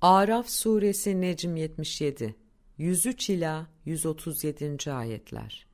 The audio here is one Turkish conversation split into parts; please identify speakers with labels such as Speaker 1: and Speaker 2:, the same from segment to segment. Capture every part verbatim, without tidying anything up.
Speaker 1: Araf suresi Necm yetmiş yedi yüz üç ila yüz otuz yedinci ayetler.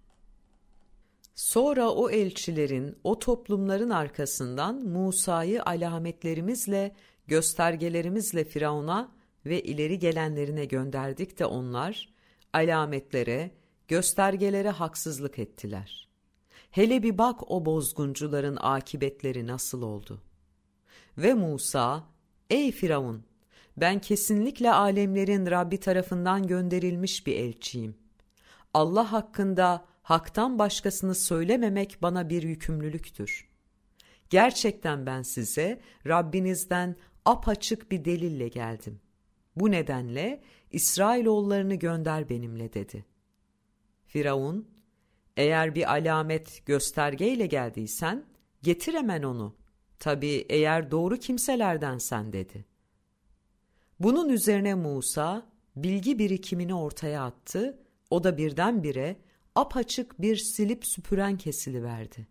Speaker 1: Sonra o elçilerin, o toplumların arkasından Musa'yı alametlerimizle, göstergelerimizle Firavun'a ve ileri gelenlerine gönderdik de onlar, alametlere, göstergelere haksızlık ettiler. Hele bir bak o bozguncuların akıbetleri nasıl oldu. Ve Musa, ey Firavun, ben kesinlikle alemlerin Rabbi tarafından gönderilmiş bir elçiyim. Allah hakkında haktan başkasını söylememek bana bir yükümlülüktür. Gerçekten ben size Rabbinizden apaçık bir delille geldim. Bu nedenle İsrailoğullarını gönder benimle dedi. Firavun, eğer bir alamet göstergeyle geldiysen getir hemen onu. Tabii eğer doğru kimselerdensen dedi. Bunun üzerine Musa bilgi birikimini ortaya attı, o da birdenbire apaçık bir silip süpüren kesiliverdi.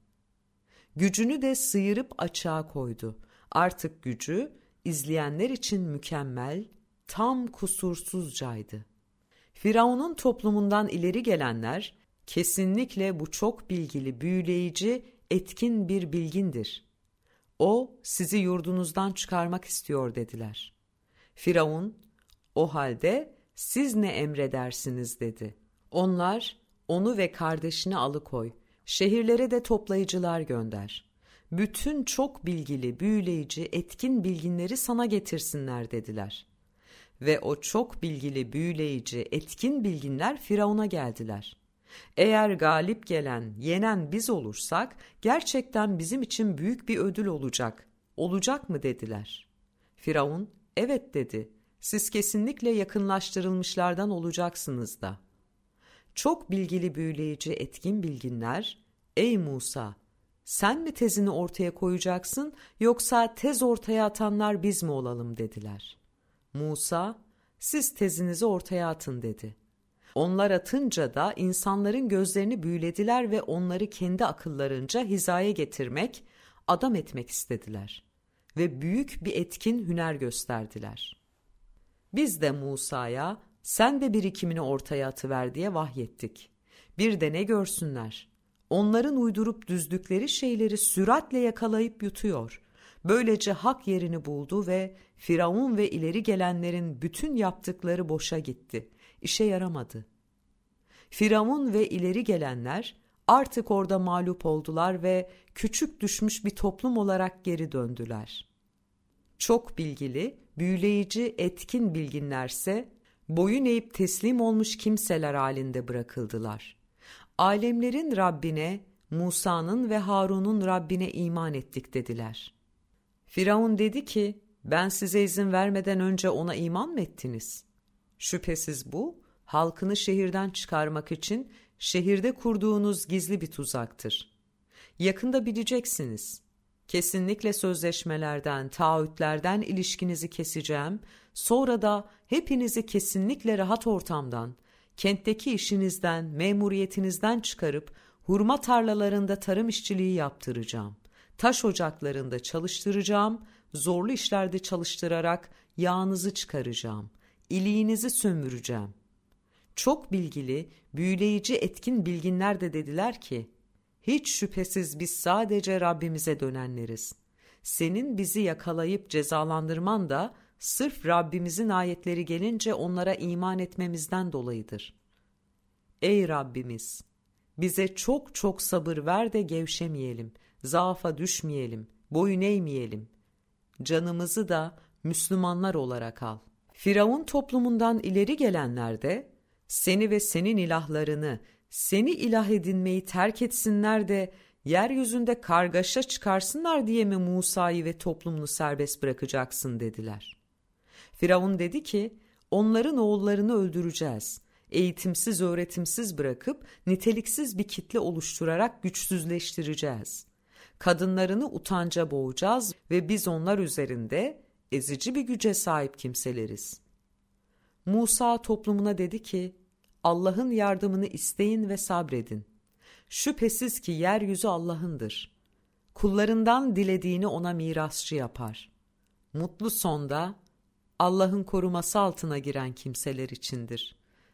Speaker 1: Gücünü de sıyırıp açığa koydu. Artık gücü izleyenler için mükemmel, tam kusursuzcaydı. Firavun'un toplumundan ileri gelenler, kesinlikle bu çok bilgili, büyüleyici, etkin bir bilgindir. O sizi yurdunuzdan çıkarmak istiyor dediler. Firavun, o halde siz ne emredersiniz dedi. Onlar, onu ve kardeşini alıkoy, şehirlere de toplayıcılar gönder. Bütün çok bilgili, büyüleyici, etkin bilginleri sana getirsinler dediler. Ve o çok bilgili, büyüleyici, etkin bilginler Firavun'a geldiler. Eğer galip gelen, yenen biz olursak, gerçekten bizim için büyük bir ödül olacak. Olacak mı dediler. Firavun, evet dedi, siz kesinlikle yakınlaştırılmışlardan olacaksınız da. Çok bilgili, büyüleyici, etkin bilginler, ey Musa, sen mi tezini ortaya koyacaksın yoksa tez ortaya atanlar biz mi olalım dediler. Musa, siz tezinizi ortaya atın dedi. Onlar atınca da insanların gözlerini büyülediler ve onları kendi akıllarınca hizaya getirmek, adam etmek istediler. Ve büyük bir etkin hüner gösterdiler. Biz de Musa'ya sen de birikimini ortaya atıver diye vahyettik. Bir de ne görsünler? Onların uydurup düzdükleri şeyleri süratle yakalayıp yutuyor. Böylece hak yerini buldu ve Firavun ve ileri gelenlerin bütün yaptıkları boşa gitti. İşe yaramadı. Firavun ve ileri gelenler artık orada mağlup oldular ve küçük düşmüş bir toplum olarak geri döndüler. Çok bilgili, büyüleyici, etkin bilginlerse boyun eğip teslim olmuş kimseler halinde bırakıldılar. Alemlerin Rabbine, Musa'nın ve Harun'un Rabbine iman ettik dediler. Firavun dedi ki, ben size izin vermeden önce ona iman mı ettiniz? Şüphesiz bu, halkını şehirden çıkarmak için şehirde kurduğunuz gizli bir tuzaktır. Yakında bileceksiniz. Kesinlikle sözleşmelerden, taahhütlerden ilişkinizi keseceğim, sonra da hepinizi kesinlikle rahat ortamdan, kentteki işinizden, memuriyetinizden çıkarıp hurma tarlalarında tarım işçiliği yaptıracağım. Taş ocaklarında çalıştıracağım, zorlu işlerde çalıştırarak yağınızı çıkaracağım, iliğinizi sömüreceğim. Çok bilgili, büyüleyici, etkin bilginler de dediler ki, hiç şüphesiz biz sadece Rabbimize dönenleriz. Senin bizi yakalayıp cezalandırman da sırf Rabbimizin ayetleri gelince onlara iman etmemizden dolayıdır. Ey Rabbimiz! Bize çok çok sabır ver de gevşemeyelim, zaafa düşmeyelim, boyun eğmeyelim. Canımızı da Müslümanlar olarak al. Firavun toplumundan ileri gelenler de seni ve senin ilahlarını, seni ilah edinmeyi terk etsinler de yeryüzünde kargaşa çıkarsınlar diye mi Musa'yı ve toplumunu serbest bırakacaksın dediler. Firavun dedi ki, onların oğullarını öldüreceğiz. Eğitimsiz, öğretimsiz bırakıp niteliksiz bir kitle oluşturarak güçsüzleştireceğiz. Kadınlarını utanca boğacağız ve biz onlar üzerinde ezici bir güce sahip kimseleriz. Musa toplumuna dedi ki, Allah'ın yardımını isteyin ve sabredin. Şüphesiz ki yeryüzü Allah'ındır. Kullarından dilediğini ona mirasçı yapar. Mutlu sonda Allah'ın koruması altına giren kimseler içindir.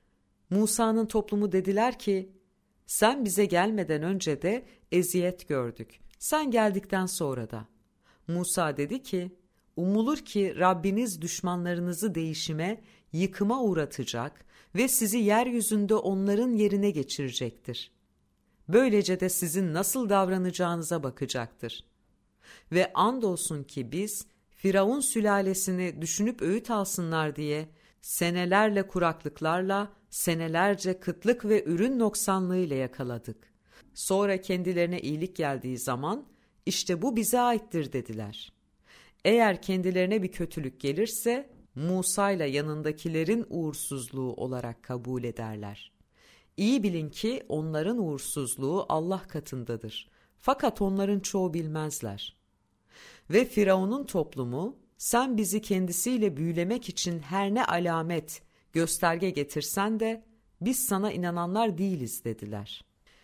Speaker 1: Musa'nın toplumu dediler ki, sen bize gelmeden önce de eziyet gördük, sen geldikten sonra da. Musa dedi ki, umulur ki Rabbiniz düşmanlarınızı değişime, yıkıma uğratacak ve sizi yeryüzünde onların yerine geçirecektir. Böylece de sizin nasıl davranacağınıza bakacaktır. Ve andolsun ki biz, Firavun sülalesini düşünüp öğüt alsınlar diye, senelerle kuraklıklarla, senelerce kıtlık ve ürün noksanlığıyla yakaladık. Sonra kendilerine iyilik geldiği zaman, işte bu bize aittir dediler. Eğer kendilerine bir kötülük gelirse, Musa ile yanındakilerin uğursuzluğu olarak kabul ederler. İyi bilin ki onların uğursuzluğu Allah katındadır. Fakat onların çoğu bilmezler. Ve Firavun'un toplumu, sen bizi kendisiyle büyülemek için her ne alamet, gösterge getirsen de biz sana inananlar değiliz dediler.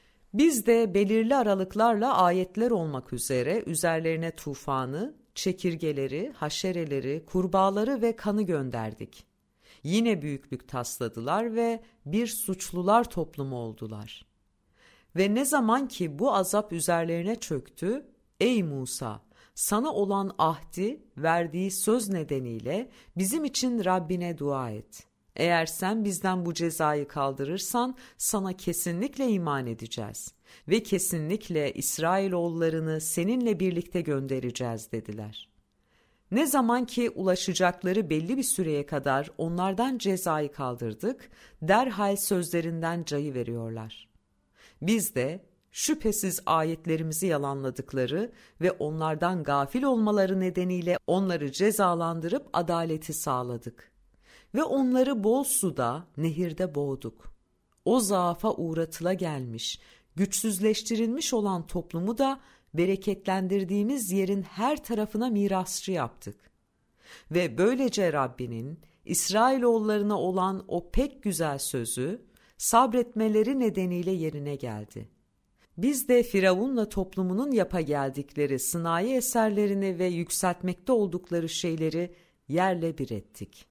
Speaker 1: Biz de belirli aralıklarla ayetler olmak üzere üzerlerine tufanı, çekirgeleri, haşereleri, kurbağaları ve kanı gönderdik. Yine büyüklük tasladılar ve bir suçlular toplumu oldular. Ve ne zaman ki bu azap üzerlerine çöktü, ey Musa, sana olan ahdi, verdiği söz nedeniyle bizim için Rabbine dua et. Eğer sen bizden bu cezayı kaldırırsan sana kesinlikle iman edeceğiz ve kesinlikle İsrailoğullarını seninle birlikte göndereceğiz dediler. Ne zaman ki ulaşacakları belli bir süreye kadar onlardan cezayı kaldırdık, derhal sözlerinden cayı veriyorlar. Biz de şüphesiz ayetlerimizi yalanladıkları ve onlardan gafil olmaları nedeniyle onları cezalandırıp adaleti sağladık. Ve onları bol suda, nehirde boğduk. O zaafa uğratıla gelmiş, güçsüzleştirilmiş olan toplumu da bereketlendirdiğimiz yerin her tarafına mirasçı yaptık. Ve böylece Rabbinin İsrailoğullarına olan o pek güzel sözü sabretmeleri nedeniyle yerine geldi. Biz de Firavun'la toplumunun yapa geldikleri sınai eserlerini ve yükseltmekte oldukları şeyleri yerle bir ettik.